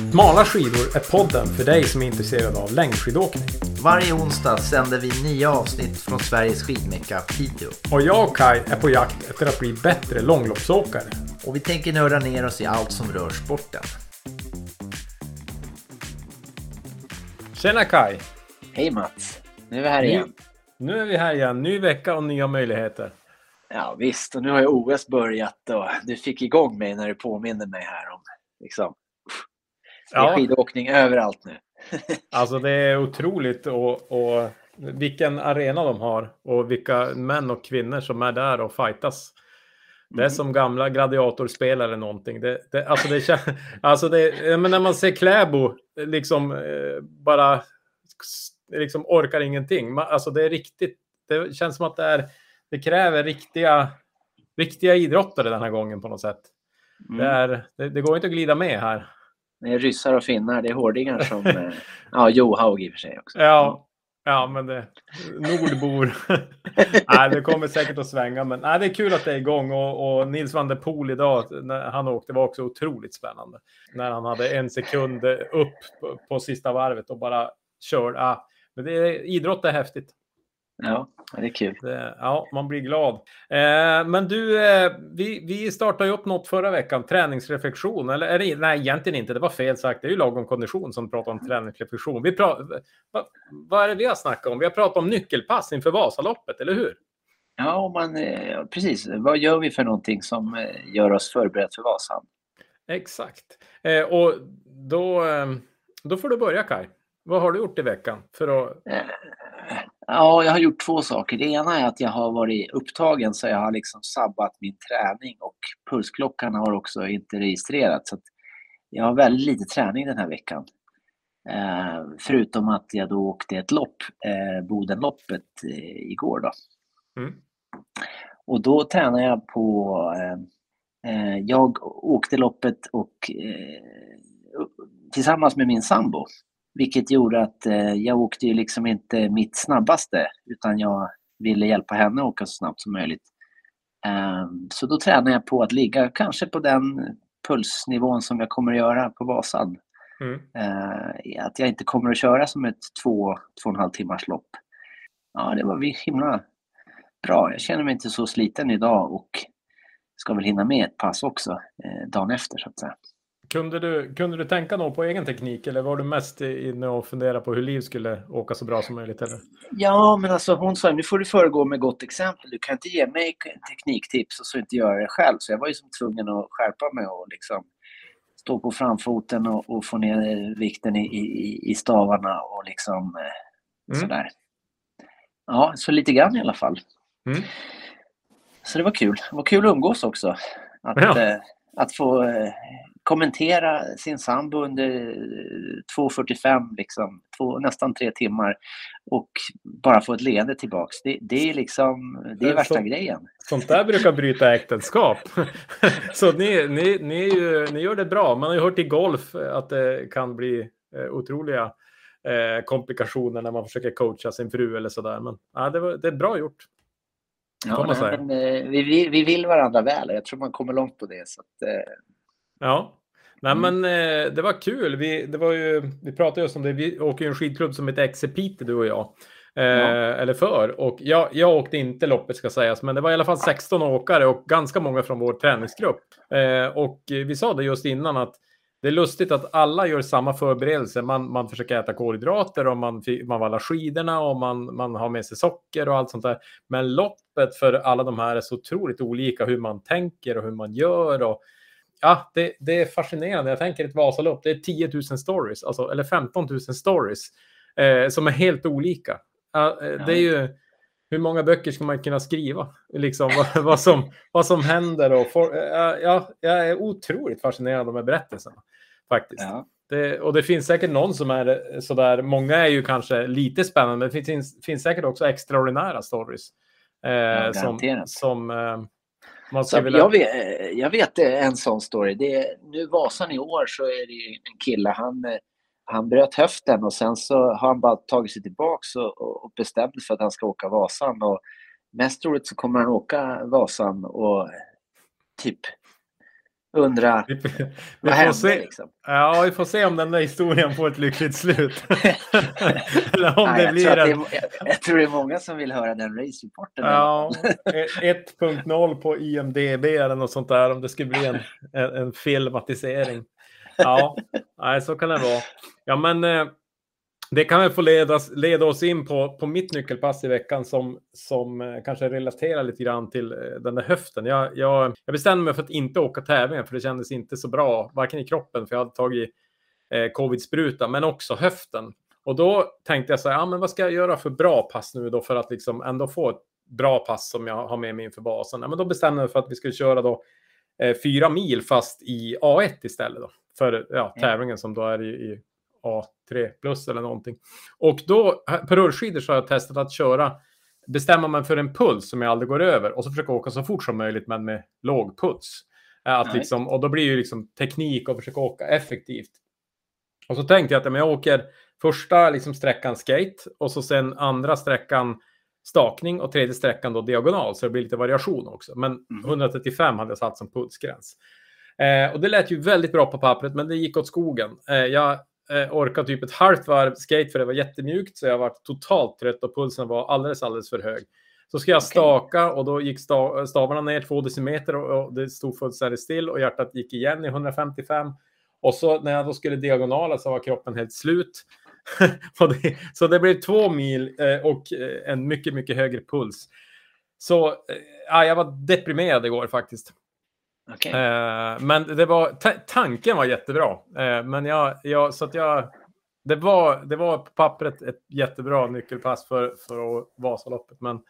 Smala skidor är podden för dig som är intresserad av längdskidåkning. Varje onsdag sänder vi 9 avsnitt från Sveriges skidmecka Piteå. Och jag och Kai är på jakt efter att bli bättre långloppsåkare. Och vi tänker nörda ner oss i allt som rör sporten. Tjena Kai! Hej Mats, nu är vi här igen. Nu är vi här igen, ny vecka och nya möjligheter. Ja visst, och nu har ju OS börjat och du fick igång mig när du påminner mig här om liksom. Det är skidåkning överallt nu. Alltså det är otroligt och vilken arena de har och vilka män och kvinnor som är där och fightas. Det är som gamla gladiatorspel eller någonting. Men när man ser Kläbo liksom bara liksom orkar ingenting. Alltså det är riktigt. Det känns som att det kräver riktiga idrottare den här gången på något sätt. Det går inte att glida med här. Det är ryssar och finnar, det är hårdingar som Johaug i och för sig också. Ja, men det nordbor. Nej, det kommer säkert att svänga, men nej, det är kul att det är igång och Nils van der Poel idag när han åkte var också otroligt spännande. När han hade 1 sekund upp på sista varvet och bara kör. Men idrott är häftigt. Ja, det är kul. Man blir glad. Men du, vi startade ju upp något förra veckan, träningsreflektion. Nej, egentligen inte, det var fel sagt. Det är ju lagom kondition som pratar om träningsreflektion. Vad är det vi har snackat om? Vi har pratat om nyckelpass inför Vasaloppet, eller hur? Ja, precis. Vad gör vi för någonting som gör oss förberett för Vasan? Exakt. Och då får du börja, Kai. Vad har du gjort i veckan för att... Ja, jag har gjort 2 saker. Det ena är att jag har varit upptagen så jag har liksom sabbat min träning och pulsklockan har också inte registrerat. Så att jag har väldigt lite träning den här veckan. Förutom att jag då åkte ett lopp, Bodenloppet, igår då. Och då tränade jag på... jag åkte loppet och tillsammans med min sambo. Vilket gjorde att jag åkte ju liksom inte mitt snabbaste utan jag ville hjälpa henne att åka så snabbt som möjligt. Så då tränade jag på att ligga kanske på den pulsnivån som jag kommer att göra på Vasan. Att jag inte kommer att köra som ett 2,5 timmars lopp. Ja, det var himla bra. Jag känner mig inte så sliten idag och ska väl hinna med ett pass också dagen efter så att säga. Kunde du tänka något på egen teknik eller var du mest inne och fundera på hur Liv skulle åka så bra som möjligt? Eller? Ja, men alltså hon sa nu får du föregå med gott exempel. Du kan inte ge mig tekniktips och så inte göra det själv. Så jag var ju som tvungen att skärpa mig och liksom stå på framfoten och få ner vikten i stavarna och liksom sådär. Ja, så lite grann i alla fall. Så det var kul. Det var kul att umgås också. Att få kommentera sin sambo under 2:45 liksom, nästan 3 timmar och bara få ett leende tillbaks. Det är liksom, det är värsta grejen. Sånt där brukar bryta äktenskap. Så ni gör det bra. Man har ju hört i golf att det kan bli otroliga komplikationer när man försöker coacha sin fru eller sådär. Men det är bra gjort. Ja, men, vi vill varandra väl. Jag tror man kommer långt på det. Så att, ja, men det var kul. Vi pratade just om det. Vi åker ju en skidklubb som heter XC Piteå, du och jag. Och jag åkte inte loppet ska sägas, men det var i alla fall 16 åkare och ganska många från vår träningsgrupp. Och vi sa det just innan att det är lustigt att alla gör samma förberedelse. Man försöker äta kolhydrater och man vallar skidorna och man har med sig socker och allt sånt där. Men loppet för alla de här är så otroligt olika hur man tänker och hur man gör. Och, det är fascinerande. Jag tänker ett Vasalopp, det är 10 000 stories, alltså, eller 15 000 stories som är helt olika. Det är ju... Hur många böcker ska man kunna skriva? Liksom, vad som händer. Jag är otroligt fascinerad med berättelserna. Faktiskt. Ja. Det finns säkert någon som är sådär. Många är ju kanske lite spännande. Men det finns säkert också extraordinära stories. Man ska vilja... jag vet en sån story. Nu Vasan i år så är det ju en kille. Han bröt höften och sen så har han bara tagit sig tillbaks och bestämt för att han ska åka Vasan. Och mest troligt så kommer han åka Vasan och typ undra Vi vad får hände se. liksom. Ja, vi får se om den där historien får ett lyckligt slut. Eller om Nej, det blir jag tror det är många som vill höra den racerapporten. Ja, 1.0 på IMDB eller något sånt där, om det skulle bli en filmatisering. Ja, nej, så kan det vara. Ja, men det kan väl få leda oss in på mitt nyckelpass i veckan som kanske relaterar lite grann till den där höften. Jag bestämde mig för att inte åka tävlingen, för det kändes inte så bra, varken i kroppen, för jag hade tagit covid-spruta, men också höften. Och då tänkte jag så här, ja, men vad ska jag göra för bra pass nu då, för att liksom ändå få ett bra pass som jag har med mig inför basen. Ja, men då bestämde jag mig för att vi skulle köra då 4 mil fast i A1 istället då, för tävlingen som då är i A3 plus eller någonting. Och då på rullskidor så har jag testat att bestämma mig för en puls som jag aldrig går över och så försöka åka så fort som möjligt, men med låg puls. Liksom, och då blir ju liksom teknik och försöka åka effektivt. Och så tänkte jag att jag åker första liksom sträckan skate och så sen andra sträckan stakning och tredje sträckan då diagonal, så det blir lite variation också. Men 135 hade jag satt som pulsgräns. Och det lät ju väldigt bra på pappret, men det gick åt skogen. Jag orkade typ ett halvt varv skate för det var jättemjukt, så jag var totalt trött och pulsen var alldeles för hög. Så ska jag staka och då gick stavarna ner 2 decimeter och det stod fullständigt still och hjärtat gick igen i 155. Och så när jag då skulle diagonala så var kroppen helt slut. Så det blev 2 mil och en mycket, mycket högre puls. Så jag var deprimerad igår faktiskt. Okay. Men det var tanken var jättebra. Men det var på pappret ett jättebra nyckelpass för Vasaloppet. Men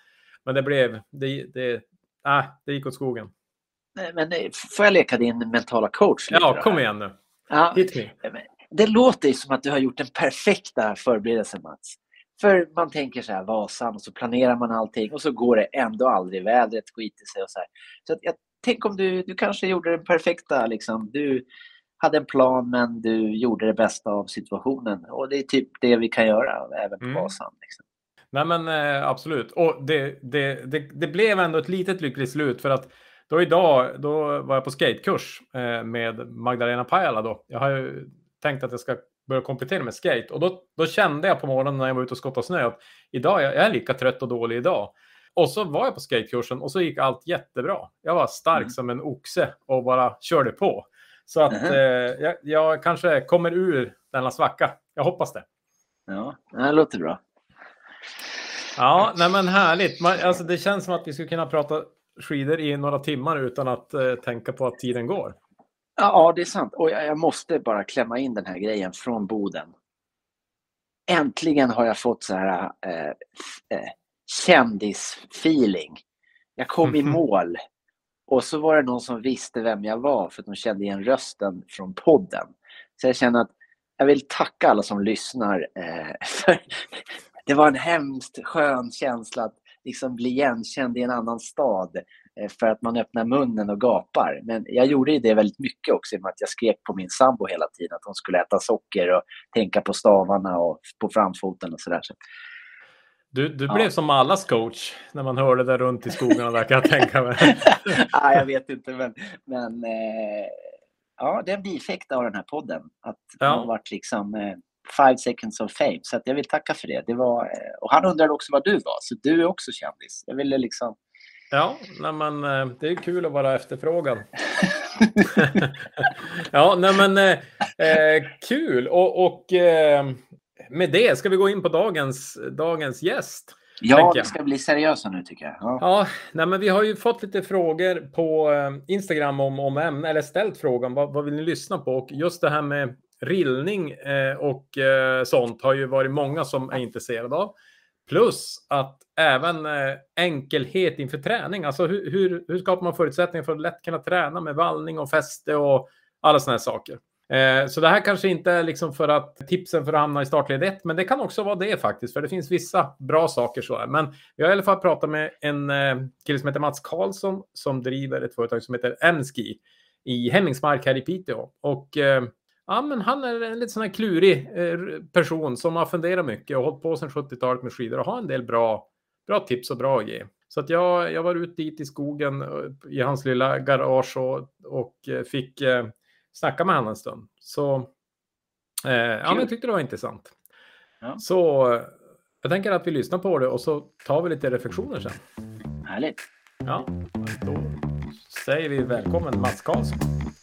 det gick åt skogen. Men får jag leka din mentala coach? Ja, kom igen nu. Ja, det låter ju som att du har gjort den perfekta förberedelsen, Mats. För man tänker så här, Vasan, och så planerar man allting och så går det ändå aldrig, vädret skiter sig och så här. Så att jag tänk om du kanske gjorde den perfekta, liksom. Du hade en plan, men du gjorde det bästa av situationen. Och det är typ det vi kan göra även på Vasan. Liksom. Nej, men absolut. Och det blev ändå ett litet lyckligt slut, för att då var jag på skatekurs med Magdalena Pajala då. Jag har ju tänkt att jag ska börja komplettera med skate. Och då kände jag på morgonen när jag var ute och skottade snö att idag jag är lika trött och dålig idag. Och så var jag på skatekursen och så gick allt jättebra. Jag var stark som en oxe och bara körde på. Så att jag kanske kommer ur denna svacka. Jag hoppas det. Ja, det låter bra. Ja, nej men härligt. Alltså det känns som att vi skulle kunna prata skidor i några timmar utan att tänka på att tiden går. Ja, det är sant. Och jag måste bara klämma in den här grejen från Boden. Äntligen har jag fått så här kändisfeeling. Jag kom i mål och så var det någon som visste vem jag var för att de kände igen rösten från podden. Så jag känner att jag vill tacka alla som lyssnar. För det var en hemskt skön känsla att liksom bli igenkänd i en annan stad för att man öppnar munnen och gapar. Men jag gjorde det väldigt mycket också, med att jag skrek på min sambo hela tiden att hon skulle äta socker och tänka på stavarna och på framfoten och sådär. Du blev som allas coach när man hörde det runt i skogarna där, kan jag tänka mig. Ja, jag vet inte, men det är en bieffekt av den här podden. Att det har varit liksom 5 seconds of fame. Så att jag vill tacka för det. Och han undrade också vad du var. Så du är också kändis. Jag ville liksom... Ja, nej men det är kul att vara efterfrågad. Ja, nej men kul. Och med det ska vi gå in på dagens gäst. Ja, vi ska bli seriösa nu tycker jag. Ja, nej men vi har ju fått lite frågor på Instagram om ämne, eller ställt frågan vad vill ni lyssna på? Och just det här med rillning och sånt har ju varit många som är intresserade av. Plus att även enkelhet inför träning. Alltså hur skapar man förutsättningar för att lätt kunna träna med vallning och fäste och alla såna här saker. Så det här kanske inte är liksom för att tipsen för att hamna i startled 1, men det kan också vara det faktiskt, för det finns vissa bra saker så här. Men jag har i alla fall pratat med en kille som heter Mats Karlsson som driver ett företag som heter M-Ski i Hemmingsmark här i Piteå. Och men han är en lite sån här klurig person som har funderat mycket och hållit på sedan 70-talet med skidor och har en del bra tips och bra att ge. Så att jag var ute dit i skogen i hans lilla garage och fick snacka med honom en stund. Så men jag tyckte det var intressant. Ja. Så jag tänker att vi lyssnar på det och så tar vi lite reflektioner sen. Härligt. Ja, då säger vi välkommen Mats Karlsson.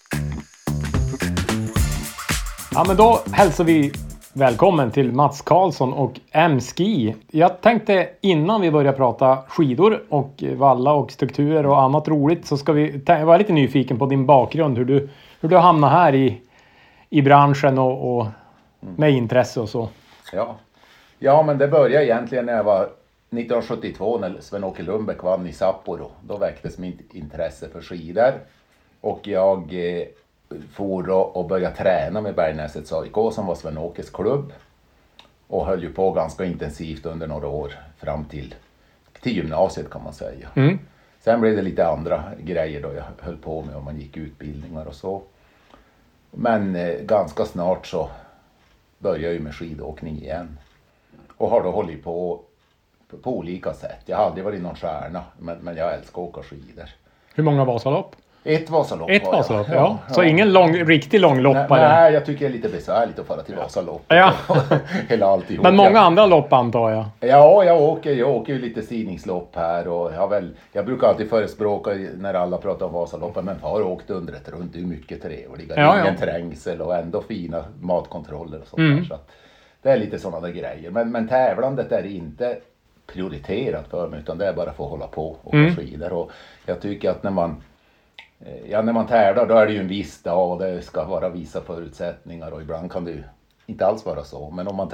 Ja, men då hälsar vi välkommen till Mats Karlsson och M-Ski. Jag tänkte innan vi börjar prata skidor och valla och strukturer och annat roligt så ska vi vara lite nyfiken på din bakgrund. Hur du hamnar här i branschen och med intresse och så. Ja, men det började egentligen när jag var 1972 när Sven-Åke Lundbäck vann i Sapporo. Då väcktes mitt intresse för skidor. Och jag for och började träna med Bergnäsets AIK som var Sven-Åkes klubb. Och höll ju på ganska intensivt under några år fram till gymnasiet kan man säga. Mm. Sen blev det lite andra grejer då jag höll på med om man gick utbildningar och så. Men ganska snart så började jag ju med skidåkning igen. Och har då hållit på olika sätt. Jag har aldrig varit någon stjärna, men jag älskar att åka skidor. Hur många Vasalopp? Ett Vasalopp. Ja. Så ingen riktigt lång loppare? Nej, jag tycker det är lite besvärligt att fara till Vasalopp. Ja. Hela alltihop. Men många andra lopp antar jag? Ja, jag åker ju lite sidningslopp här. Och jag brukar alltid förespråka när alla pratar om Vasaloppen. Men far åkte under ett runt, det är mycket trevligare. Ingen trängsel och ändå fina matkontroller och sånt där. Så att det är lite sådana där grejer. Men tävlandet är inte prioriterat för mig, utan det är bara för att hålla på och åka skidor. Och jag tycker att när man tävlar då är det ju en viss dag och det ska vara vissa förutsättningar och ibland kan det ju inte alls vara så. Men om man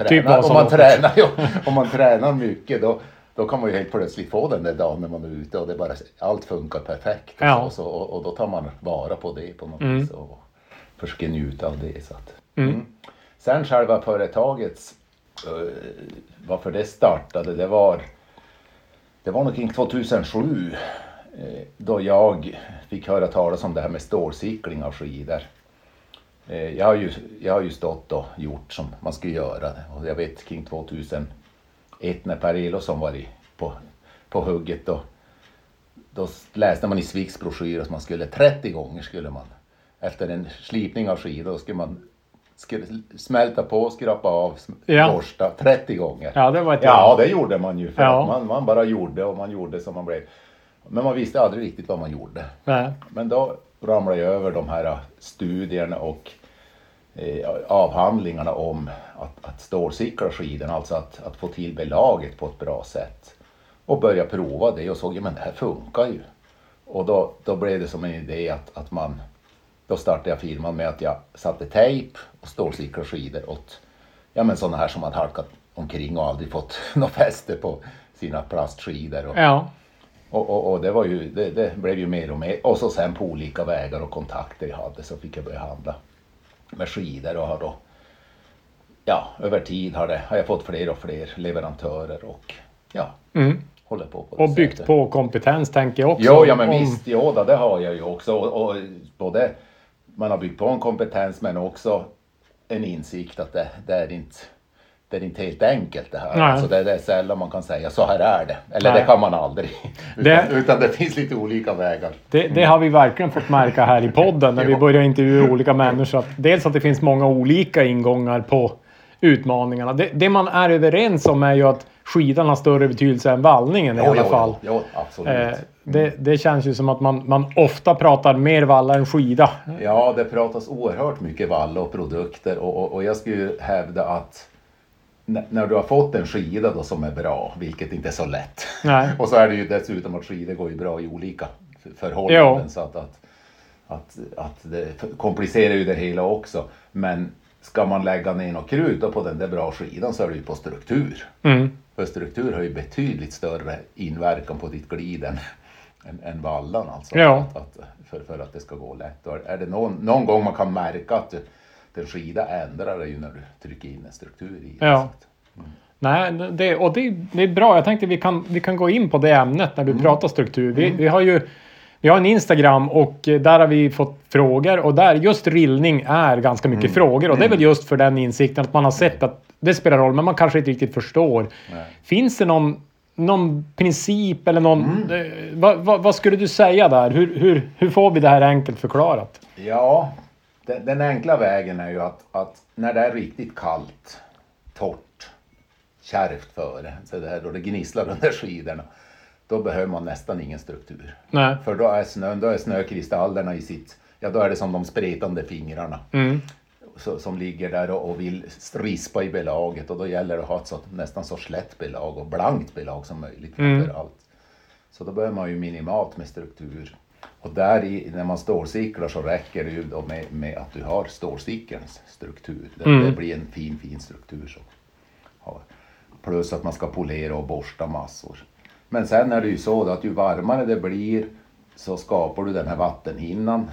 tränar mycket då kan man ju helt plötsligt få den där dagen när man är ute och det bara, allt funkar perfekt. Och då tar man vara på det på något vis och försöker njuta av det. Så att, Sen själva företagets, varför det startade, det var nog kring 2007 då jag fick höra talas om det här med stålcykling av skidor. Jag har ju stått och gjort som man ska göra. Och jag vet kring 2001 när Per Elofsson var på hugget då läste man i Sviks broschyr att man skulle 30 gånger skulle man efter en slipning av skidor skulle man smälta på, skrapa av, borsta 30 gånger. Ja, det gjorde man ju för att man bara gjorde och man gjorde som man blev. Men man visste aldrig riktigt vad man gjorde. Nej. Men då ramlade jag över de här studierna och avhandlingarna om att stålcykla skidorna, alltså att få till belaget på ett bra sätt. Och börja prova det och såg men det här funkar ju. Och då blev det som en idé att då startade jag firman med att jag satte tejp och stålcyklade skidor åt sådana här som hade halkat omkring och aldrig fått något fäste på sina plastskidor. Och det var ju, det blev ju mer och mer. Och så sen på olika vägar och kontakter jag hade så fick jag börja handla med skidor och har då, över tid har jag fått fler och fler leverantörer och håller på och byggt sättet. På kompetens tänker jag också. Jo, men visst, det har jag ju också. Och både man har byggt på en kompetens men också en insikt att det är inte helt enkelt det här. Alltså det är sällan man kan säga så här är det. Eller det kan man aldrig. Utan det finns lite olika vägar. Det har vi verkligen fått märka här i podden när vi börjar intervjua olika människor. Dels att det finns många olika ingångar på utmaningarna. Det man är överens om är ju att skidan har större betydelse än vallningen i alla fall. Jo, absolut. Det känns ju som att man ofta pratar mer valla än skida. Ja, det pratas oerhört mycket valla och produkter och jag skulle hävda att när du har fått en skida då som är bra, vilket inte är så lätt. Nej. Och så är det ju dessutom att skidor går ju bra i olika förhållanden så att det komplicerar ju det hela också. Men ska man lägga ner något krut på den där bra skidan så är det ju på struktur. För struktur har ju betydligt större inverkan på ditt glid än vallan alltså. För att det ska gå lätt. Och är det någon gång man kan märka att den skida ändrar det ju när du trycker in en struktur i det. Ja. Nej, det är bra. Jag tänkte vi kan gå in på det ämnet när du pratar struktur. Vi har en Instagram och där har vi fått frågor och där just rillning är ganska mycket frågor och det är väl just för den insikten att man har sett att det spelar roll men man kanske inte riktigt förstår. Nej. Finns det någon någon princip eller någon... Vad skulle du säga där? Hur får vi det här enkelt förklarat? Ja, den enkla vägen är ju att när det är riktigt kallt, torrt, kärvt före, så det här då det gnisslar under skidorna, då behöver man nästan ingen struktur. Nej. För då är snökristallerna i sitt... Ja, då är det som de spretande fingrarna. Som ligger där och vill rispa i belaget. Och då gäller det att ha ett nästan så slätt belag och blankt belag som möjligt för allt. Så då behöver man ju minimalt med struktur. Och när man stålcyklar så räcker det ju då med att du har stålcykelns struktur. Det blir en fin struktur. Så. Plus att man ska polera och borsta massor. Men sen är det ju så att ju varmare det blir så skapar du den här vattenhinnan.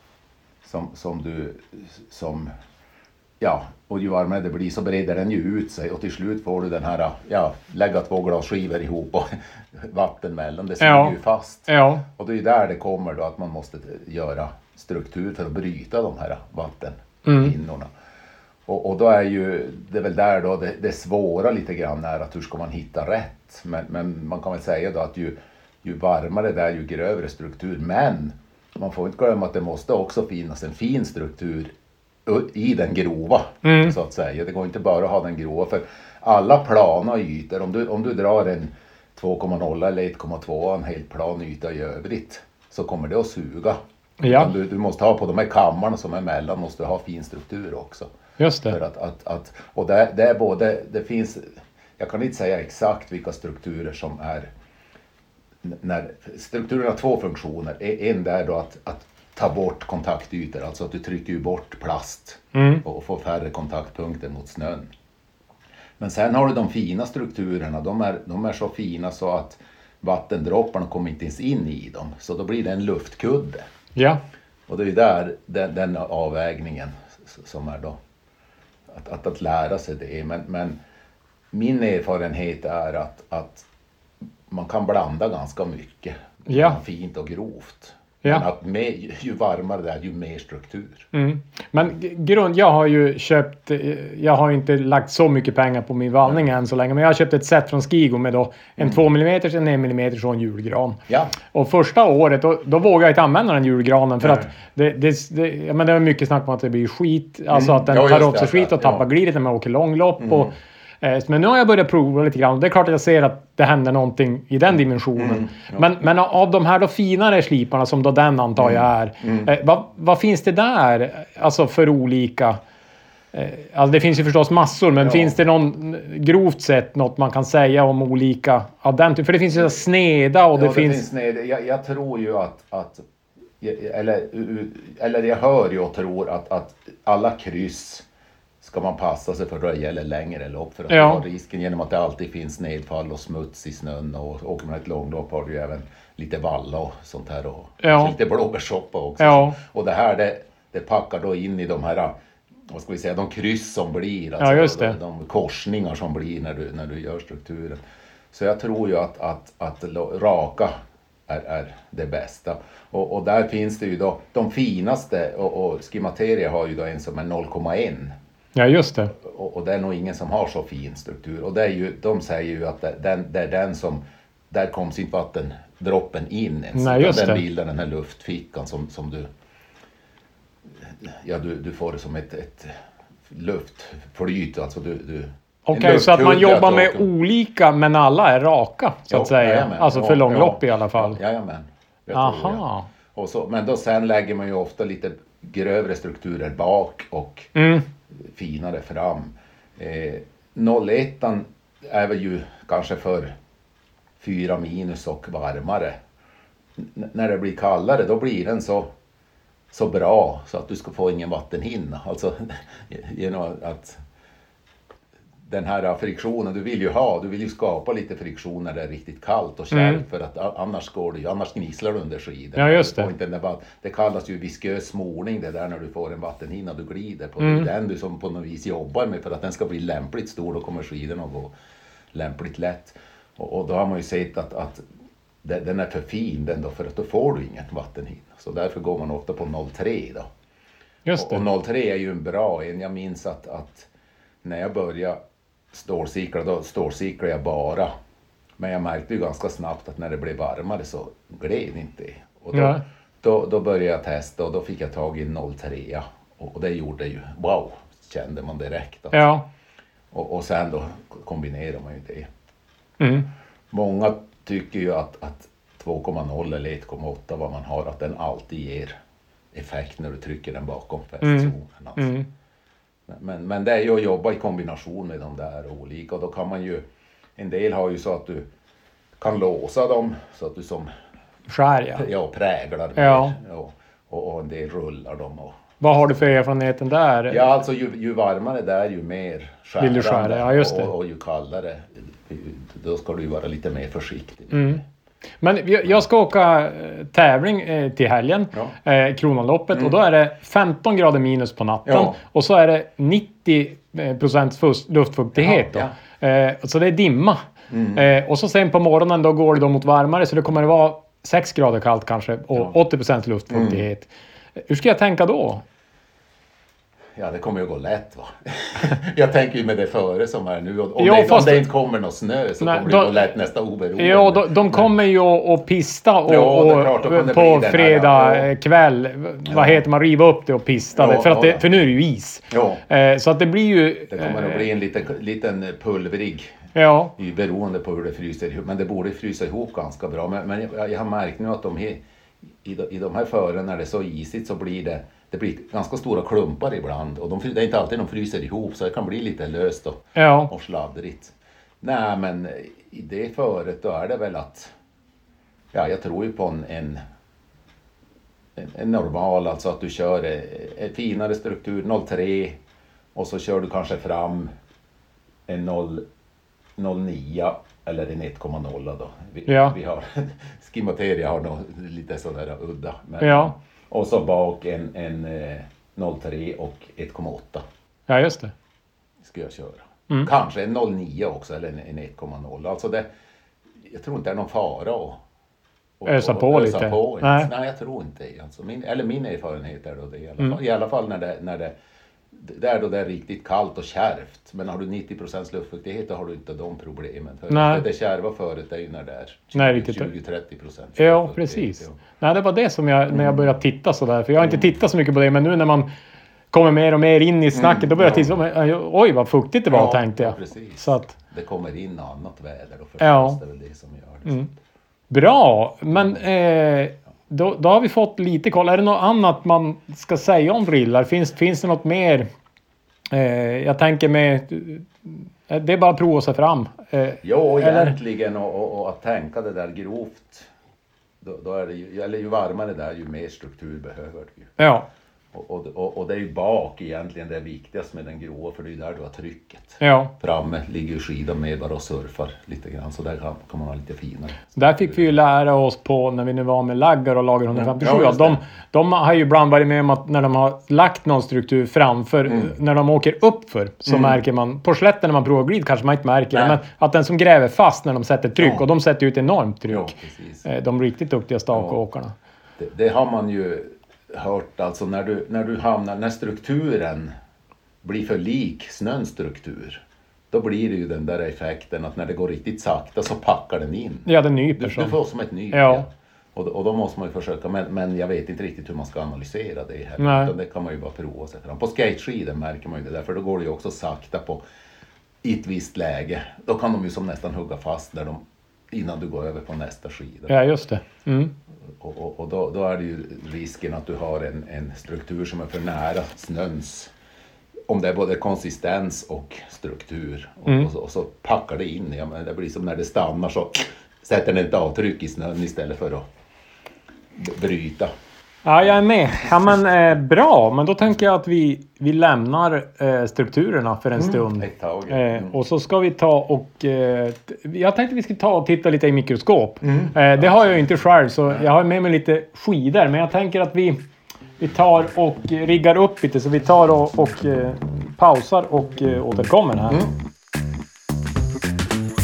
Och ju varmare det blir så breder den ju ut sig och till slut får du den här, lägga 2 glasskivor ihop och vatten mellan, det suger ju fast. Ja. Och det är ju där det kommer då att man måste göra struktur för att bryta de här vattenhinnorna. Och då är ju, det är väl där då det svåra lite grann är att hur ska man hitta rätt. Men man kan väl säga då att ju varmare det är ju grövre struktur, men man får inte glömma att det måste också finnas en fin struktur i den grova, så att säga. Det går inte bara att ha den grova, för alla plana ytor, om du drar en 2,0 eller 1,2, en helt plan yta i övrigt, så kommer det att suga. Ja. Du måste ha på de här kammarna som är emellan, måste ha fin struktur också. Just det. För och det är både, det finns, jag kan inte säga exakt vilka strukturer som är, när strukturen har 2 funktioner. En där då att ta bort kontaktytor, alltså att du trycker ju bort plast och får färre kontaktpunkter mot snön. Men sen har du de fina strukturerna, de är så fina så att vattendropparna kommer inte ens in i dem, så då blir det en luftkudde. Ja. Och det är ju där den avvägningen som är då att lära sig det. Men min erfarenhet är att man kan blanda ganska mycket. Ja. Fint och grovt. Ja. Men att ju varmare det är, ju mer struktur. Men jag har inte lagt så mycket pengar på min vallning än så länge. Men jag har köpt ett set från Skigo med då en 2 mm, en 1 mm och en julgran. Ja. Och första året, då vågade jag inte använda den julgranen. För att det var mycket snack om att det blir skit. Alltså att den tar åt sig skit och tappar glidet när man åker långlopp. Men nu har jag börjat prova lite grann. Det är klart att jag ser att det händer någonting i den dimensionen. Men av de här då finare sliparna som då den antar jag är. Vad finns det där? Alltså för olika... Alltså det finns ju förstås massor. Men finns det någon grovt sett något man kan säga om olika... För det finns ju sneda och det finns... Sneda. Jag tror ju att eller jag hör ju och tror att alla kryss ska man passa sig för då det gäller längre lopp, för att du har risken genom att det alltid finns nedfall och smuts i snön, och åker man ett långlopp har du ju även lite valla och sånt här och lite blåbärssoppa också. Ja. Och det här det packar då in i de här, vad ska vi säga, de kryss som blir, alltså just det. De korsningar som blir när du gör strukturen. Så jag tror ju att raka är det bästa. Och där finns det ju då de finaste, och Skimateria har ju då en som är 0,1. Ja, just det. Och det är nog ingen som har så fin struktur. Och det är ju, de säger ju att det är den som, där kommer inte vattendroppen in ens. Nej, just den bildar den här luftfickan som du får det som ett luftflyt. Alltså Okej, så att man jobbar med olika, men alla är raka, så att säga. Jajamän. Alltså för långlopp i alla fall. Jajamän. Aha. Och så, men då sen lägger man ju ofta lite grövre strukturer bak och finare fram. 01 är väl ju kanske för 4 minus och varmare. När det blir kallare, då blir den så bra så att du ska få ingen vattenhinna. Alltså genom att den här friktionen du vill ju skapa lite friktion när det är riktigt kallt och kärvt, för att annars gnisslar du under skidor. Ja, just det. Det kallas ju viskös smorning, det där när du får en vattenhinna du glider på. Det är den du som på något vis jobbar med för att den ska bli lämpligt stor, då kommer skidorna att gå lämpligt lätt. Och då har man ju sett att den är för fin den då, för att då får du ingen vattenhinna. Så därför går man ofta på 0,3 då. Just det. Och 0,3 är ju en bra en. Jag minns att när jag började stålcykla, då stålcyklade jag bara Men jag märkte ju ganska snabbt att när det blev varmare så gled inte det. Och då började jag testa och då fick jag tag i en 0,3. Och det gjorde ju, wow, kände man direkt. Ja. Och sen då kombinerar man ju det. Mm. Många tycker ju att 2,0 eller 1,8 vad man har, att den alltid ger effekt när du trycker den bakom fästzonen. Alltså. Mm. Men det är ju att jobba i kombination med de där olika. Och då kan man ju, en del har ju så att du kan låsa dem så att du som präglar ja. mer. Och en del rullar dem. Vad har du för erfarenheten där? Ja, alltså ju varmare det är ju mer skärande. Vill du skära? Ja, just det. Och ju kallare, då ska du ju vara lite mer försiktig. Mm. Men jag ska åka tävling till helgen, Kronanloppet, och då är det 15 grader minus på natten och så är det 90% luftfuktighet då. Så det är dimma. Och så sen på morgonen då går det då mot varmare, så det kommer att vara 6 grader kallt kanske och 80% luftfuktighet. Hur ska jag tänka då? Ja, det kommer ju gå lätt va. Jag tänker ju med det före som är nu. Om det inte kommer någon snö så kommer det gå lätt nästa oberoende. Ja, de kommer ju att pista på fredag kväll. Vad heter man? Riva upp det och pista det. För nu är det ju is. Så att det blir ju... Det kommer att bli en liten pulverig. Ja. Beroende på hur det fryser ihop. Men det borde frysa ihop ganska bra. Men jag har märkt nu att i de här fören när det är så isigt så blir det blir ganska stora klumpar ibland. Och det är inte alltid de fryser ihop så det kan bli lite löst och sladdrigt. Nej, men i det föret då är det väl att... Ja, jag tror ju på en normal, alltså att du kör en finare struktur, 0,3 och så kör du kanske fram en 0,9 eller en 1,0 då. Vi har Skimoteria har nog lite sådär udda. Men, och så bak en 0,3 och 1,8. Ja, just det. Ska jag köra. Kanske en 0,9 också eller en 1,0. Alltså jag tror inte det är någon fara att ösa på lite. Nej, jag tror inte det. Alltså, min erfarenhet är då det i alla fall när det är då det är riktigt kallt och kärvt. Men har du 90% luftfuktighet då har du inte de problemen. För det kärva föret är ju när det är 20-30%. Ja, precis. Ja. Nej, det var det som när jag började titta sådär. För jag har inte tittat så mycket på det. Men nu när man kommer mer och mer in i snacket. Då börjar jag titta. Oj, vad fuktigt det var, tänkte jag. Precis. Så att, det kommer in annat väder. Och förstås det är väl det som gör det. Bra, men... Då har vi fått lite koll. Är det något annat man ska säga om drillar? Finns det något mer? Jag tänker med... Det är bara att prova sig fram. Jo, egentligen. Och att tänka det där grovt. Då är det ju... Eller ju varmare det är, ju mer struktur behöver du. Ja. Och det är ju bak egentligen det viktigaste med den grova. För det är ju där du har trycket. Ja. Framme ligger ju skidan med bara och surfar lite grann. Så där kan man ha lite finare. Där fick vi ju lära oss på när vi nu var med laggar och lager 157. De har ju ibland varit med om att när de har lagt någon struktur framför. När de åker uppför så märker man. På slätten när man provar glid kanske man inte märker det. Men att den som gräver fast när de sätter tryck. Och de sätter ju ett enormt tryck. De riktigt duktiga stakåkarna. Det har man ju... hört alltså när strukturen blir för lik snöns struktur, då blir det ju den där effekten att när det går riktigt sakta så packar den in. Ja, den nyper du får som ett nyp. Ja. Och då måste man ju försöka, men jag vet inte riktigt hur man ska analysera det här. Utan det kan man ju bara prova sig fram. På skateskidor märker man ju det där, för då går det ju också sakta i ett visst läge. Då kan de ju som nästan hugga fast innan du går över på nästa skida. Ja, just det. Och då är det ju risken att du har en struktur som är för nära snöns. Om det är både konsistens och struktur. Och så packar det in. Ja, men det blir som när det stannar så sätter den ett avtryck i snön istället för att bryta. Ja, jag är med. Ja, men bra. Men då tänker jag att vi lämnar strukturerna för en stund. Ett tag. Och så ska vi ta och... jag tänkte vi ska ta och titta lite i mikroskop. Det har jag ju inte själv, så jag har med mig lite skidor. Men jag tänker att vi tar och riggar upp lite. Så vi tar och pausar och återkommer här.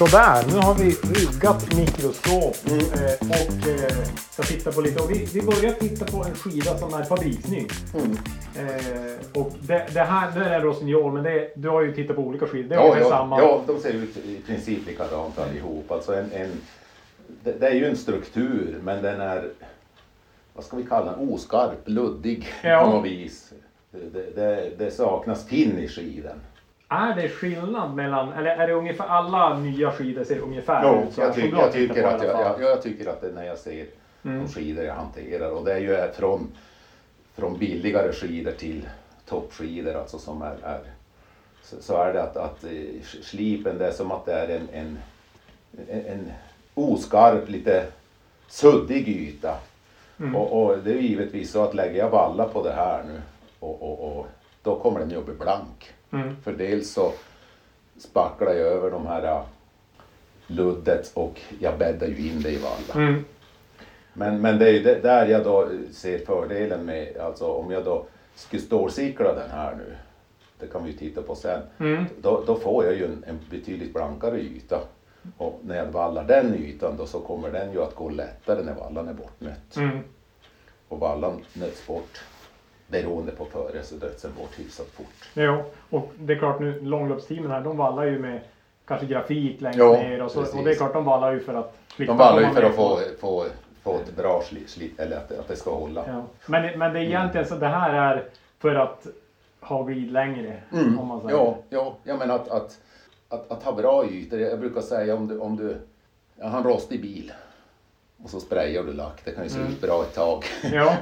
Sådär, nu har vi riggat mikroskop och ska titta på lite. Och vi börjar titta på en skida som är fabriksny. Och det här, det är Rossignol, men du har ju tittat på olika skidor. Ja, de ser ut i princip likadant allihop. Alltså det är ju en struktur, men den är, vad ska vi kalla den, oskarp, luddig på något vis. Det saknas finish i den. Är det skillnad mellan, eller är det ungefär alla nya skidor ser ungefär ut? Jag tycker att det när jag ser de skidor jag hanterar, och det är ju från billigare skidor till toppskidor, alltså som är så är det att slipen, det är som att det är en oskarp, lite suddig yta. Och det är givetvis så att lägger jag valla på det här nu och då kommer den ju att bli blank. För dels så spacklar jag över de här luddet och jag bäddar ju in det i valla. Men det är ju där jag då ser fördelen med, alltså om jag då skulle stålcykla den här nu, det kan vi ju titta på sen, då får jag ju en betydligt blankare yta. Och när jag vallar den ytan då så kommer den ju att gå lättare när vallan är bortnött. Och vallan nöts bort beroende på före, så döds den bort hyfsat fort. Ja, och det är klart nu långloppsteamen här, de vallar ju med kanske grafit längst ner och det är klart de vallar ju för att de vallar ju för att få ett bra slit, eller att det ska hålla. Ja. Men det är egentligen så det här är för att ha vid längre, om man säger. Ja, jag menar att ha bra ytor. Jag brukar säga om du har en rostig bil och så sprayar du lack, det kan ju se ut bra ett tag. Ja.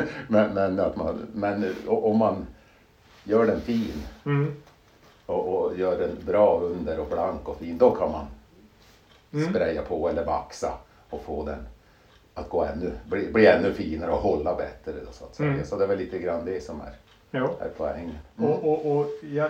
men om man gör den fin och gör den bra under och blank och fin, då kan man spraya på eller vaxa och få den att gå bli ännu finare och hålla bättre då, så att säga. Så det är väl lite grann det som är poängen. Och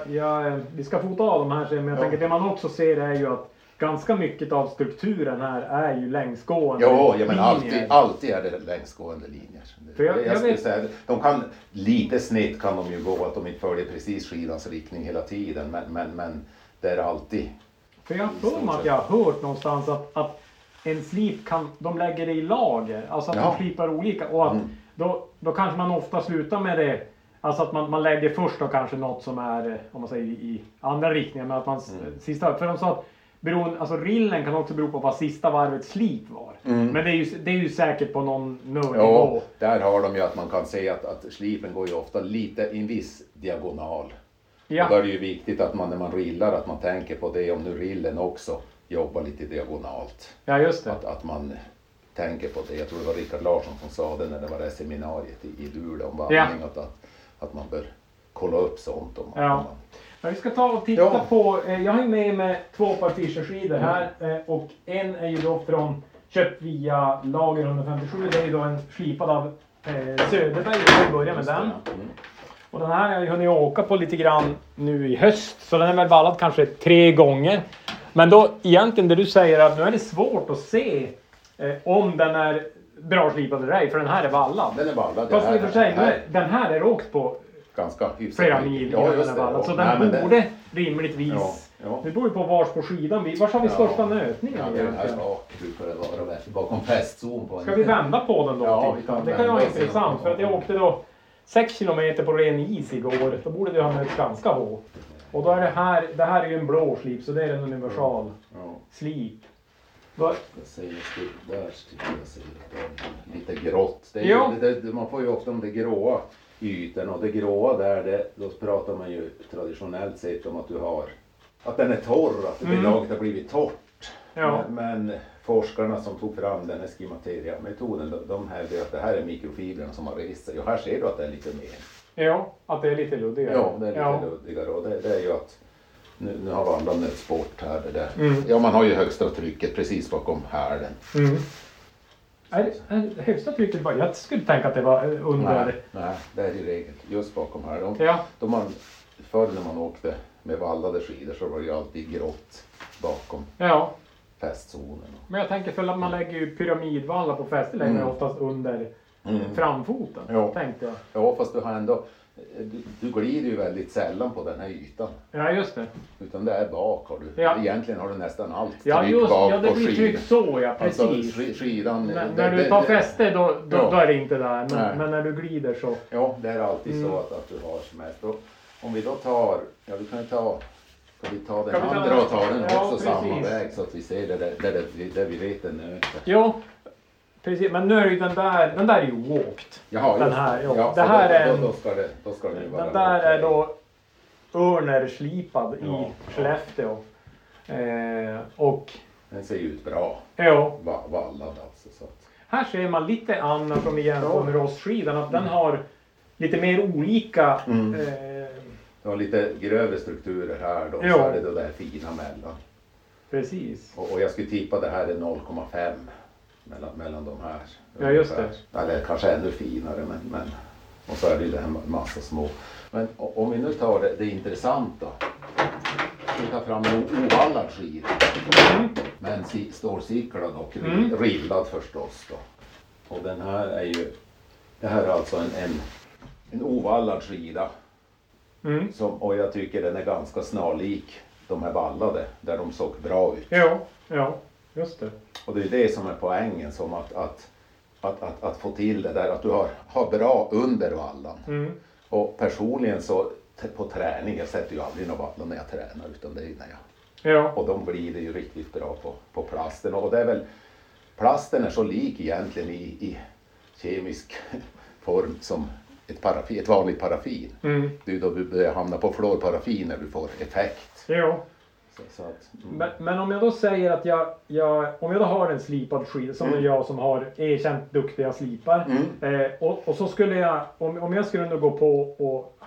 vi ska fota av de här sen, men jag tänker det man också ser är ju att ganska mycket av strukturen här är ju längsgående linjer. Men alltid är det längsgående linjer. Jag skulle säga, de kan lite snett kan de ju gå, att de inte följer precis skidans riktning hela tiden, men det är alltid. För jag tror att jag har hört någonstans att en slip de lägger det i lager, alltså att de slipar olika, och att då kanske man ofta slutar med det. Alltså att man lägger först då kanske något som är, om man säger i andra riktningar, men att man sista, för de sa att alltså rillen kan också bero på vad sista varvets slip var. Men det är ju säkert på någon nivå. Ja, där har de ju att man kan se att slipen går ju ofta lite i en viss diagonal. Ja. Och då är det ju viktigt att man när man rillar att man tänker på det, om nu rillen också jobbar lite diagonalt. Ja, just det. Att man tänker på det. Jag tror det var Rickard Larsson som sa det när det var det seminariet i Luleå om vandring, att man bör kolla upp sånt. Men vi ska ta och titta på, jag har med mig 2 par Fischer-skidor här och en är ju då köpt via lager 157, det är ju då en slipad av Söderberg, vi börjar med den. Och den här har jag hunnit åka på lite grann nu i höst, så den är väl vallad kanske 3 gånger. Men då egentligen det du säger att nu är det svårt att se om den är bra slipad eller ej, för den här är vallad. Den är vallad. Fast i och för sig, den här är åkt på ganska flera mil. Så den borde rimligtvis... Nu beror ju på vars på skidan. Vars har vi största nötningen? Det här brukar det vara bakom fästzon på. Ska vi vända på den då? Det kan ju vara intressant, för att jag åkte då 6 kilometer på ren is igår. Då borde det ha nöt ganska hårt. Och då är det här är ju en blå slip, så det är en universal slip. Jag säger där lite grått. Man får ju ofta om det gråa ytan, och det gråa där, då pratar man ju traditionellt sett om att du har att den är torr, att det laget har blivit torrt. Men forskarna som tog fram den här skimateria-metoden, de hävdar att det här är mikrofibrerna som har rest sig, och här ser du att det är lite mer. Ja, att det är lite luddigare. Ja, det är lite luddigare, och det är ju att nu har vandran nöts bort här. Det där. Ja, man har ju högsta trycket precis bakom hälen. Är högsta trycket bara? Jag skulle tänka att det var under. Nej, det är i regel just bakom här. Förr när man åkte med vallade skidor så var det ju alltid grått bakom fästzonen. Men jag tänker, för att man lägger ju pyramidvallar på fästet lägger man oftast under framfoten, tänkte jag. Ja, fast du har ändå du glider ju väldigt sällan på den här ytan. Ja, just det. Utan det är bak har du. Ja. Egentligen har du nästan allt Ja, tryck just bak ja, det på blir tryck så, ja, precis. Alltså skidan... När du tar fäste då är det inte där, Nej. men när du glider så... Ja, det är alltid så att du har som mest. Och om vi då tar, ja vi kan ju ta... Ska vi ta den andra och ta den också samma väg så att vi ser där vi vet den nöten. Jo, precis. Men nu är ju den där är ju walked. Jaha, den här, ja. ja, det här är då ska det ju vara... Den där är då Örner slipad i Skellefteå. Och... Den ser ju ut bra. Ja. Vallad alltså. Så att... Här ser man lite annat om vi jämför med rostskidan. Att den har lite mer olika... Du har lite grövre strukturer här då. Jo. Så är det då där fina mellan. Precis. Och jag skulle tippa det här är 0,5 mellan de här. Ja, just det. Eller kanske ännu finare men och så är det ju det här massa små. Men om vi nu tar det intressanta. Vi tar fram en ovallad skida. Men stålsiklad och rillad förstås då. Och den här är ju, det här är alltså en ovallad skida. Och jag tycker den är ganska snarlik de här vallade där de såg bra ut. Ja, just det. Och det är det som är poängen, som att få till det där att du har bra under vallan. Och personligen så på träning, jag sätter ju aldrig några vallar när jag tränar utan det är när jag. Ja. Och de glider ju riktigt bra på plasten. Och det är väl, plasten är så lik egentligen i kemisk form som ett vanligt paraffin. Det är ju då du börjar hamna på fluorparaffin när du får effekt. Ja. Så att, men om jag då säger att om jag då har en slipad skida som är jag som har erkänt duktiga slipar. Och så skulle jag, om jag skulle ändå gå på och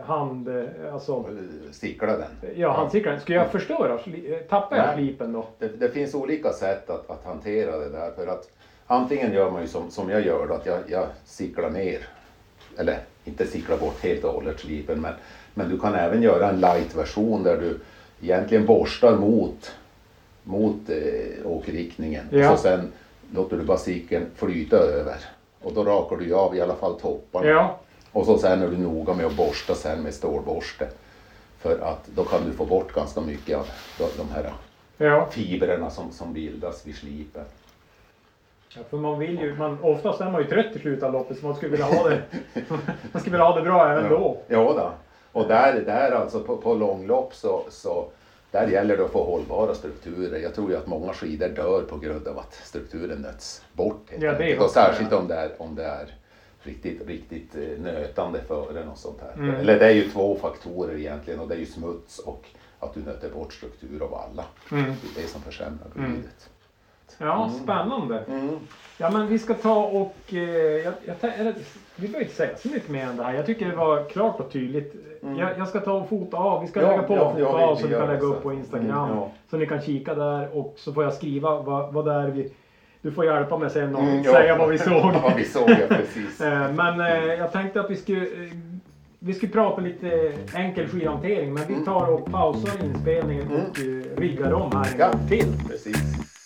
stickla den. Ja, handsikla den. Skulle jag förstöra? Tappar jag slipen då? Det finns olika sätt att hantera det där. För att antingen gör man ju som jag gör då, att jag siklar ner. Eller inte sikla bort helt och hållet slipen. Men du kan även göra en light-version där du egentligen borstar mot åkriktningen. Ja. Och så sen låter du basiken flyta över. Och då rakar du av i alla fall topparna. Ja. Och så sen är du noga med att borsta sen med stålborste. För att då kan du få bort ganska mycket av de här fibrerna som bildas vid slipen. Ja, för man vill ju, oftast är man ju trött i slutet av loppet så man skulle vilja ha det, man skulle vilja ha det bra även då. Ja då. Och där alltså på långlopp så där gäller det att få hållbara strukturer. Jag tror ju att många skidor dör på grund av att strukturen nöts bort. Ja, det är och särskilt om det är riktigt nötande för den och sånt här. Eller det är ju två faktorer egentligen, och det är ju smuts och att du nöter bort struktur och valla. Det är det som försämrar glidet. Ja, spännande. Ja, men vi ska ta och vi behöver inte säga så mycket mer än det här. Jag tycker det var klart och tydligt. Jag ska ta och fota av. Vi ska lägga på och fota av så vi kan lägga upp på Instagram. Så ni kan kika där och så får jag skriva vad det är du får hjälpa mig sen och säga vad vi såg. Vad vi såg, ja, precis. Men jag tänkte att vi skulle prata lite enkel skidhantering, men vi tar och pausar inspelningen och riggar om här en gång till. Precis.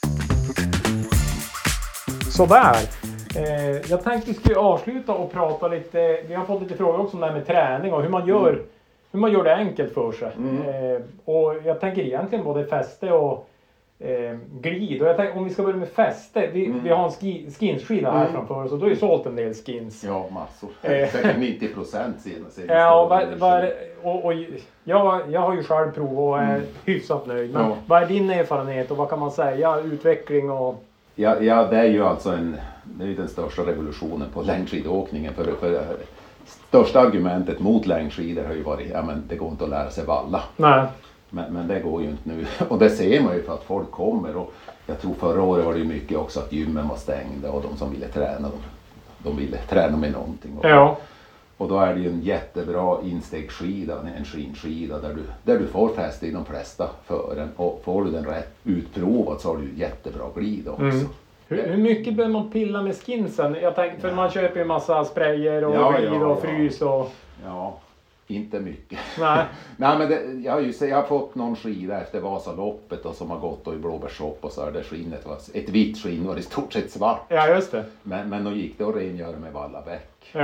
Sådär. Jag tänkte vi skulle avsluta och prata lite. Vi har fått lite frågor också om det här med träning och hur man gör det enkelt för sig. Och jag tänker egentligen både fäste och glid. Och jag tänker, om vi ska börja med fäste. Vi har en skinsskida här framför oss och då är ju sålt en del skins. Ja, massor. Säkert 90% senast. Ja, och jag har ju själv provat och är hyfsat nöjd. Men vad är din erfarenhet och vad kan man säga? Utveckling och... Ja, det är ju alltså det är ju den största revolutionen på längdskidåkningen. För största argumentet mot längdskidor har ju varit det går inte att lära sig valla. Nej. Men det går ju inte nu. Och det ser man ju för att folk kommer. Och jag tror förra året var det ju mycket också att gymmen var stängda och de som ville träna, de ville träna med någonting. Och då är det ju en jättebra instegsskida, en skinskida där du får fäste i de flesta fören. Och får du den rätt utprovad så har du jättebra glid också. Hur mycket behöver man pilla med skinsen? Jag tänker, för man köper ju en massa sprayer och glid och frys och... Ja, inte mycket. Nej. Nej, men jag har fått någon skida efter Vasaloppet och som har gått i blåbärsshop och så är det skinnet var ett vitt skinn och i stort sett svart. Ja, just det. Men då gick det att rengöra med vallabäck. Ja.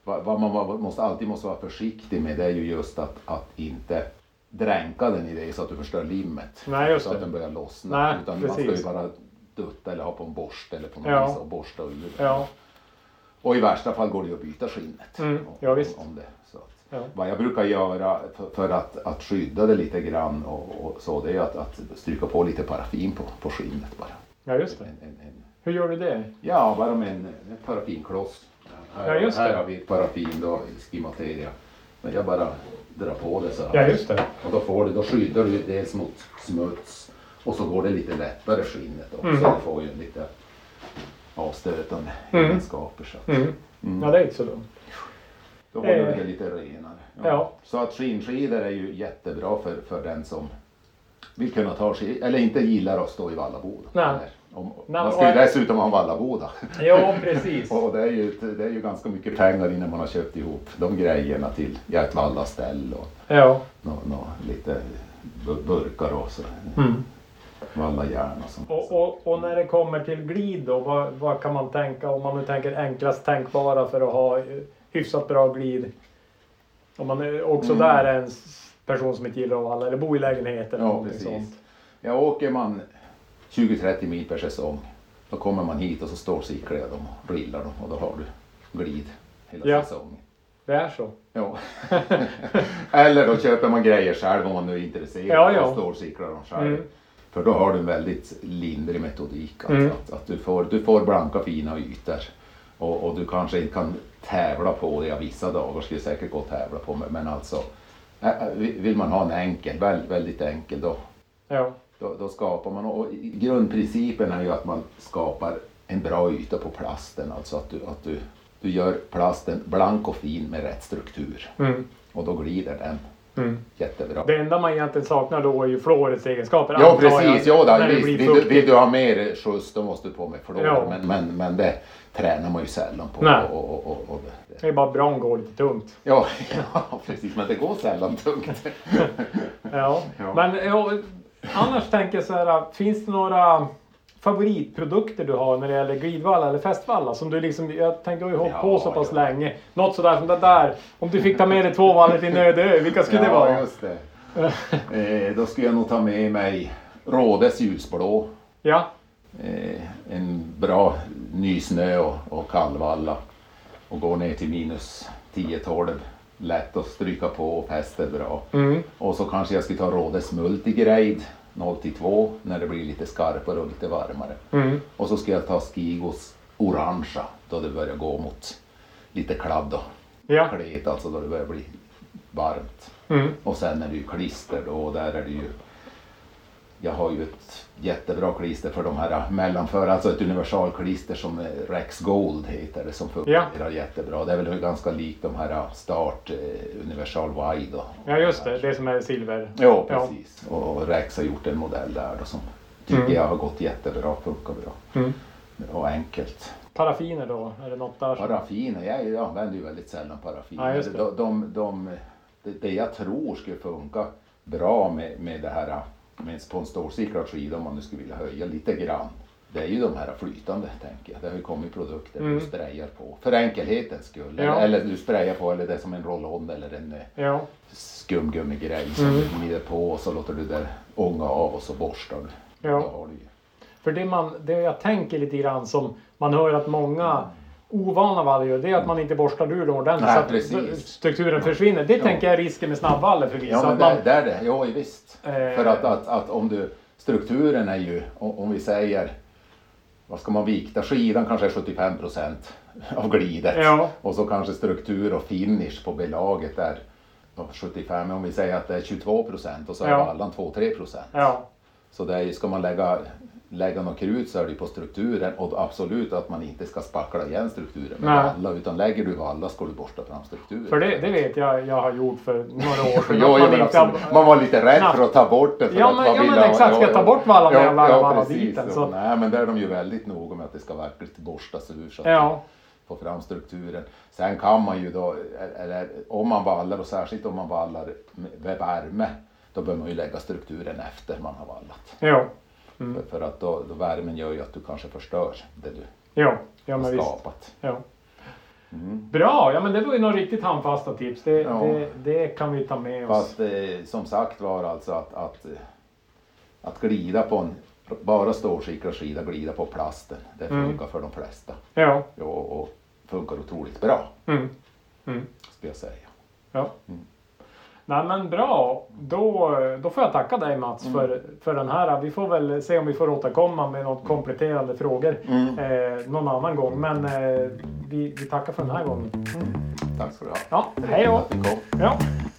vad man alltid måste vara försiktig med, det är ju just att inte dränka den i det så att du förstör limmet. Nej, just så det. att den börjar lossna. Nej, utan precis. man ska ju bara dutta eller ha på en borste eller på något vis och borsta ur den. Ja. Och i värsta fall går det ju att byta skinnet. Ja, visst. Om det. Så att, Ja. vad jag brukar göra för att skydda det lite grann och så, det är att stryka på lite paraffin på skinnet bara. Ja, just det. Hur gör du det? Ja, bara med en parafinkloss. Ja, just det. Här har vi paraffin då, skimateria. Men jag bara drar på det så här. Ja, just det. Och då skyddar du dels mot smuts och så går det lite lättare skinnet också. Det får ju lite avstötande egenskaper. Så att, Ja, det är inte så dumt. då håller det lite renare. Ja. Så att skinnskidor är ju jättebra för den som vill kunna ta skidor, eller inte gillar att stå i vallaboda. Nej. Man ska ju dessutom ha en vallaboda. Ja, precis. Och det är ju ganska mycket pengar innan man har köpt ihop de grejerna till ett vallaställ och lite burkar och så. Vallajärn och sånt. Och när det kommer till glid då, vad kan man tänka, om man nu tänker enklast tänkbara för att ha hyfsat bra glid? Om man också där är en person som inte gillar att valla eller bo i lägenhet eller någonting sånt. Ja, åker man 20-30 mil per säsong, då kommer man hit och så står cyklar de och drillar dem och då har du glid hela säsongen. Det är så. Ja. Eller då köper man grejer själv om man nu är intresserad och står cyklar dem själv. För då har du en väldigt lindrig metodik. Att du får blanka fina ytor. Och du kanske inte kan tävla på det. Vissa dagar skulle säkert gå att tävla på. Men alltså, vill man ha en enkel, väldigt enkel då skapar man. Och grundprincipen är ju att man skapar en bra yta på plasten. Alltså att du gör plasten blank och fin med rätt struktur. Och då glider den. Jättebra. Det enda man egentligen saknar då är ju fluorets egenskaper. Ja, precis. Vill du ha mer skjuts då måste du på med fluor. Ja. Men det tränar man ju sällan på. Det är bara bra om det går lite tungt. Ja, precis. Men det går sällan tungt. Men annars tänker jag så här, finns det några favoritprodukter du har när det gäller glidvalla eller fästvalla som du liksom, jag tänkte du har ju hållit på så pass länge. Något sådär som det där, om du fick ta med dig 2 vallar till Nödö, vilka skulle det vara? Ja, just det. Då skulle jag nog ta med mig Rådes ljusblå. Ja. En bra nysnö och kallvalla. Och gå ner till minus 10-12. Lätt att stryka på och fäster bra. Och så kanske jag ska ta Rådes multigrade 0-2 när det blir lite skarpare och lite varmare. Och så ska jag ta Skigos orangea då det börjar gå mot lite kladd och klet, alltså då det börjar bli varmt. Och sen är det ju klister då, och där är det ju, jag har ju ett jättebra klister för de här mellanför, alltså ett universalklister som Rex Gold heter det, som fungerar jättebra. Det är väl ganska likt de här Start Universal Wide då. Ja, just det som är silver. Ja, precis. Och Rex har gjort en modell där då som tycker jag har gått jättebra, funkar bra. Och enkelt. Paraffiner då? Är det något där? Paraffiner, jag använder ju väldigt sällan paraffiner. Det jag tror skulle funka bra med det här, på en stålcyklad skida om man nu skulle vilja höja lite grann. Det är ju de här flytande, tänker jag. Det har ju kommit produkter du sprayar på. För enkelhetens skull. Eller du sprayar på, eller det är som en roll-on eller en skumgummigrej som du gnider på och så låter du det ånga av och så borstar du. Då har du ju. För det jag tänker lite grann som man hör att många ovana vallar gör, det är att man inte borstar ur dem ordentligt så att strukturen försvinner. Det tänker jag är risken med snabbvaller förvisso. Ja, men det är det. Jo, visst. För att om du, strukturen är ju, om vi säger, vad ska man vikta? Skidan kanske är 75% av glidet. Och så kanske struktur och finish på belaget är 75, om vi säger att det är 22% och så är vallan 2-3%. Så det är, ska man lägga något krut så är det på strukturen, och absolut att man inte ska spackla igen strukturen med valla, utan lägger du valla ska du borsta fram strukturen. För det vet jag har gjort för några år sedan. Man var lite rädd för att ta bort det. Exakt, ska jag ta bort vallan när jag lär valla biten. Så. Nej, men där är de ju väldigt noga med att det ska verkligen borstas ur så att få fram strukturen. Sen kan man ju då, eller om man vallar, och särskilt om man vallar med värme, då bör man ju lägga strukturen efter man har vallat. För att då värmen gör ju att du kanske förstör det du har skapat. Bra, ja men det var ju några riktigt handfasta tips. Det kan vi ta med oss. Fast som sagt var alltså att glida på bara stå och skicka skida, glida på plasten. Det funkar för de flesta. Ja. Och funkar otroligt bra. Ska jag säga. Ja. Nej men bra, då får jag tacka dig Mats för den här. Vi får väl se om vi får återkomma med något kompletterande frågor någon annan gång. Men vi tackar för den här gången. Tack ska du ha. Ja, hej då. Ja.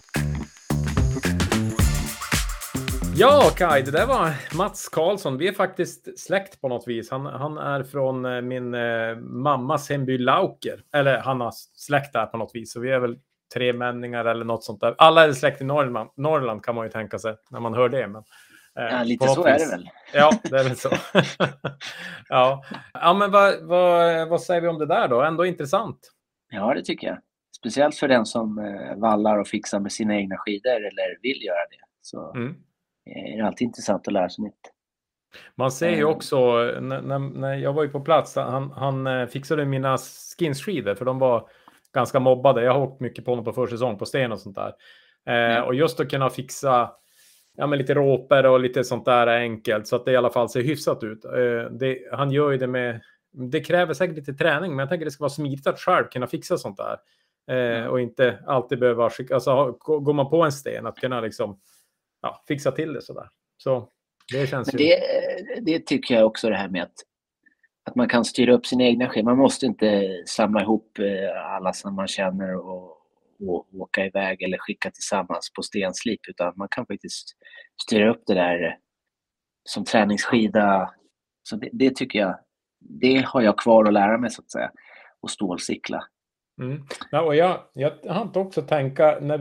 Ja, Kaj, det där var Mats Karlsson. Vi är faktiskt släkt på något vis. Han är från min mammas hemby Lauker. Eller han har släkt där på något vis. Så vi är väl tremänningar eller något sånt där. Alla är släkt i Norrland kan man ju tänka sig när man hör det. Men, ja, lite så är det väl. Ja, det är väl så. Ja, men vad säger vi om det där då? Ändå intressant. Ja, det tycker jag. Speciellt för den som vallar och fixar med sina egna skidor eller vill göra det. Så är det alltid intressant att lära sig nytt. Man ser ju också, när jag var ju på plats, han fixade mina skinsskidor för de var ganska mobbade. Jag har åkt mycket på honom på försäsong på sten och sånt där. Och just att kunna fixa men lite råper och lite sånt där enkelt så att det i alla fall ser hyfsat ut. Han gör ju det med, det kräver säkert lite träning, men jag tänker det ska vara smidigt att själv kunna fixa sånt där. Och inte alltid behöva skicka, alltså går man på en sten att kunna liksom fixa till det sådär. Så det känns men det tycker jag också, det här med att man kan styra upp sina egna skidor. Man måste inte samla ihop alla som man känner och åka iväg eller skicka tillsammans på stenslip, utan man kan faktiskt styra upp det där som träningsskida. Så det tycker jag, det har jag kvar att lära mig så att säga, och stålcykla. Ja, och jag hann också tänka när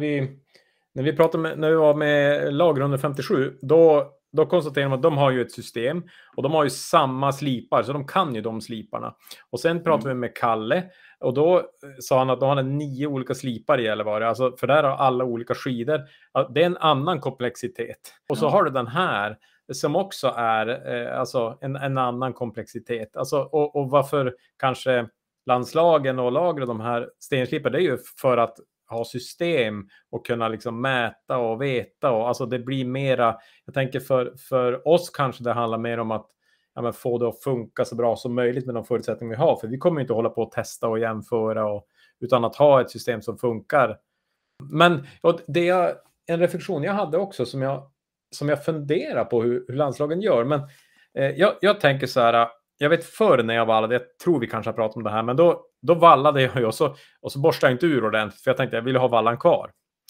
vi pratade när vi var med lag 157, då konstaterar man att de har ju ett system och de har ju samma slipar, så de kan ju de sliparna. Och sen pratade vi med Kalle och då sa han att de hade 9 olika slipar i eller vad det, alltså för där har alla olika skidor. Det är en annan komplexitet. Och så har du den här som också är alltså en annan komplexitet. Alltså, och varför kanske landslagen och lager och de här stenslipar, det är ju för att ha system och kunna liksom mäta och veta, och alltså det blir mera, jag tänker för oss kanske det handlar mer om att få det att funka så bra som möjligt med de förutsättningar vi har, för vi kommer inte hålla på att testa och jämföra utan att ha ett system som funkar. Men det är en reflektion jag hade också som jag funderar på hur landslagen gör, men jag tänker så här, jag vet förr när jag vallade, jag tror vi kanske har pratat om det här, men då vallade jag ju och så borstade jag inte ur ordentligt, för jag tänkte jag ville ha vallan kvar.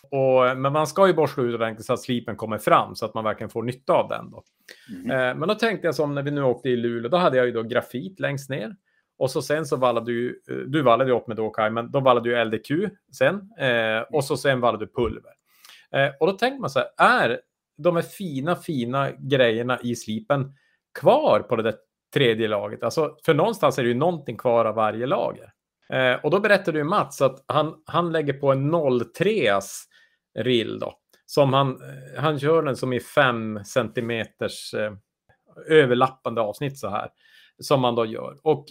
Men man ska ju borsta ut ordentligt så att slipen kommer fram så att man verkligen får nytta av den då. Men då tänkte jag som när vi nu åkte i Luleå, då hade jag ju då grafit längst ner. Och så sen så vallade du vallade ju upp med då Kaj, men då vallade du LDQ sen. Och så sen vallade du pulver. Och då tänkte man så här, är de här fina grejerna i slipen kvar på det där tredje laget? Alltså, för någonstans är det ju någonting kvar av varje lager. Och då berättade ju Mats att han lägger på en 03as rill då. Som han kör den som i 5 centimeters överlappande avsnitt så här. Som man då gör. Och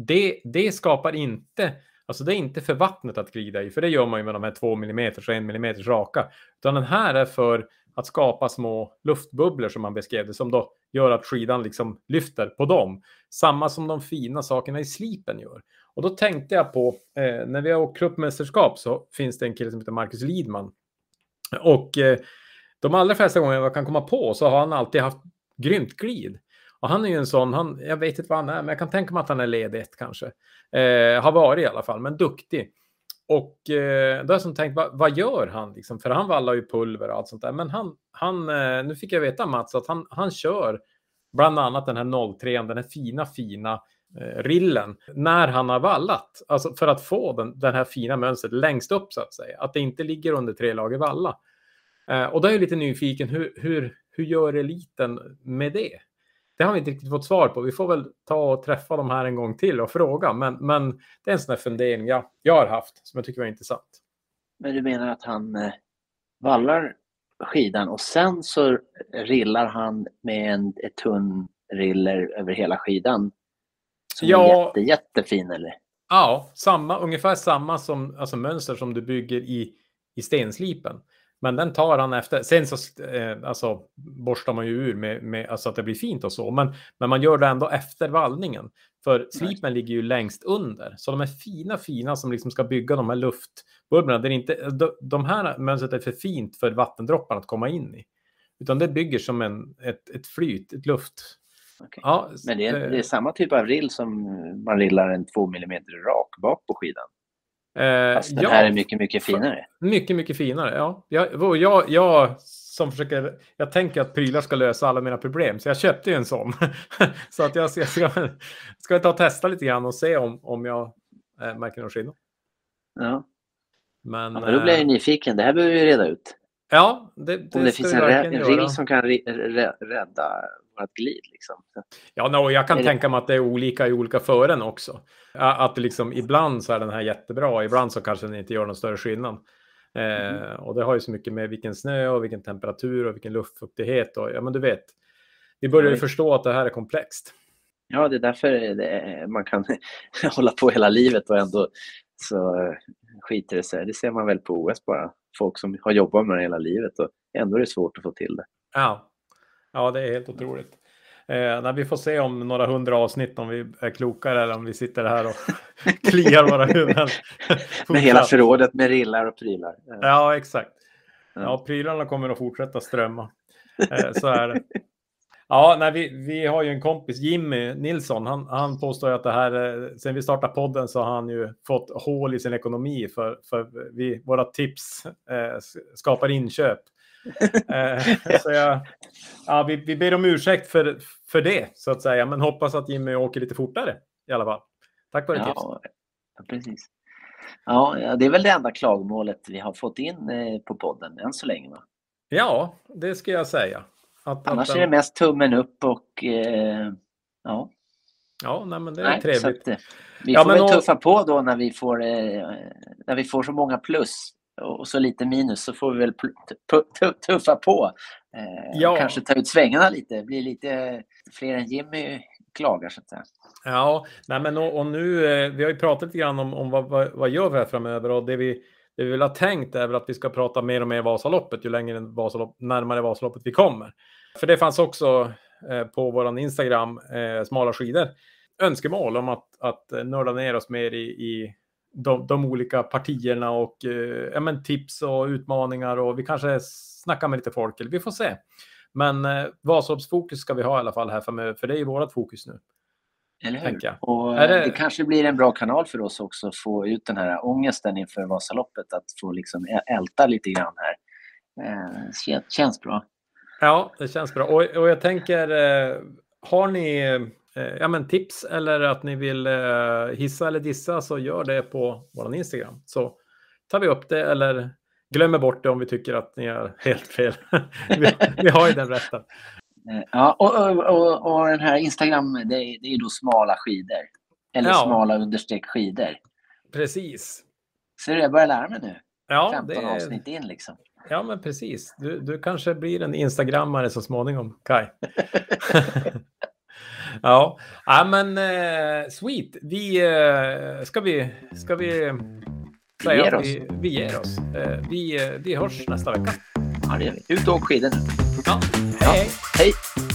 det skapar inte, alltså det är inte för vattnet att glida i. För det gör man ju med de här 2 mm och 1 mm raka. Utan den här är för att skapa små luftbubblor som man beskrev det, som då gör att skidan liksom lyfter på dem. Samma som de fina sakerna i slipen gör. Och då tänkte jag på, när vi har åkt klubbmästerskap så finns det en kille som heter Marcus Lidman. Och de allra flesta gånger jag kan komma på så har han alltid haft grymt glid. Och han är ju en sån, jag vet inte vad han är, men jag kan tänka mig att han är ledigt kanske. Har varit i alla fall, men duktig. Och då har jag som tänkt, vad gör han liksom? För han vallar ju pulver och allt sånt där. Men han nu fick jag veta Mats att han kör bland annat den här 03, den här fina rillen när han har vallat. Alltså för att få den här fina mönstret längst upp så att säga. Att det inte ligger under 3 lager valla. Och då är jag lite nyfiken, hur gör eliten med det? Det har vi inte riktigt fått svar på. Vi får väl ta och träffa dem här en gång till och fråga. Men det är en sån här fundering jag har haft som jag tycker var intressant. Men du menar att han vallar skidan och sen så rillar han med ett tunn riller över hela skidan? Som är jättefin eller? Ja, ungefär samma som, alltså mönster som du bygger i stenslipen. Men den tar han efter. Sen så alltså, borstar man ju ur med alltså att det blir fint och så. Men man gör det ändå efter vallningen. För slipen ligger ju längst under. Så de är fina som liksom ska bygga de här luftbubblorna. Det är inte, de här mönstret är för fint för vattendropparna att komma in i. Utan det bygger som ett flyt, ett luft. Okay. Ja, men det är samma typ av rill som man rillar en 2 mm rak bak på skidan. Fast den här är mycket finare. Mycket finare, ja. Jag som försöker... Jag tänker att prylar ska lösa alla mina problem. Så jag köpte ju en sån. Så att jag ska ta och testa lite grann och se om jag märker någon skillnad. Ja. Men då blir jag nyfiken. Det här behöver vi reda ut. Ja, om det finns en rill som kan rädda vårt glid liksom. Ja, jag kan tänka mig att det är olika i olika fören också. Att liksom, ibland så är den här jättebra, ibland så kanske den inte gör någon större skillnad. Och det har ju så mycket med vilken snö och vilken temperatur och vilken luftfuktighet. Och, ja, men du vet, vi börjar ju förstå att det här är komplext. Ja, det är därför man kan hålla på hela livet och ändå så skiter det sig. Det ser man väl på OS bara. Folk som har jobbat med det hela livet och ändå är det svårt att få till det. Ja, det är helt otroligt. När vi får se om några 100 avsnitt om vi är klokare eller om vi sitter här och kliar våra huvuden. Med hela förrådet med rillar och prylar. Ja, exakt. Ja, prylarna kommer att fortsätta strömma. Så är det. Ja, vi har ju en kompis, Jimmy Nilsson. Han påstår att det här, sen vi startade podden så har han ju fått hål i sin ekonomi för våra tips skapar inköp. Så vi ber om ursäkt för det så att säga, men hoppas att Jimmy åker lite fortare i alla fall. Tack för det tips. Ja, precis. Ja, det är väl det enda klagomålet vi har fått in på podden än så länge, va? Ja, det ska jag säga. Annars är det mest tummen upp och ja. Ja, nej, men det är trevligt. Vi får väl tuffa på då när vi får så många plus och så lite minus, så får vi väl tuffa på. Kanske ta ut svängarna lite. Blir lite fler än Jimmy klagar så att säga. Ja, nej, men och nu vi har ju pratat lite grann om vad gör vi här framöver, och det vi vill ha tänkt är väl att vi ska prata mer och mer Vasaloppet ju längre närmare Vasaloppet vi kommer. För det fanns också på våran Instagram smala skidor önskemål om att nörda ner oss mer i de olika partierna och tips och utmaningar, och vi kanske snackar med lite folk, eller vi får se. Men Vasaloppsfokus ska vi ha i alla fall här framöver, för det är ju vårat fokus nu. Eller hur? Och det kanske blir en bra kanal för oss också att få ut den här ångesten inför Vasaloppet, att få liksom älta lite grann här. Känns bra. Ja, det känns bra. Och jag tänker, har ni tips eller att ni vill hissa eller dissa, så gör det på vår Instagram. Så tar vi upp det eller glömmer bort det om vi tycker att ni är helt fel. vi har ju den rätten. Ja, och den här Instagram, det är ju då smala skidor. Eller smala understreck skidor. Precis. Så jag börjar lära mig nu. Ja, 15 avsnitt in liksom. Ja, men precis. Du kanske blir en instagrammare så småningom, Kai. Ja, men sweet. Ska vi säga att vi ger oss. Vi hörs nästa vecka. Ja, det gör vi. Ut och åk skidor nu. Ja, hej.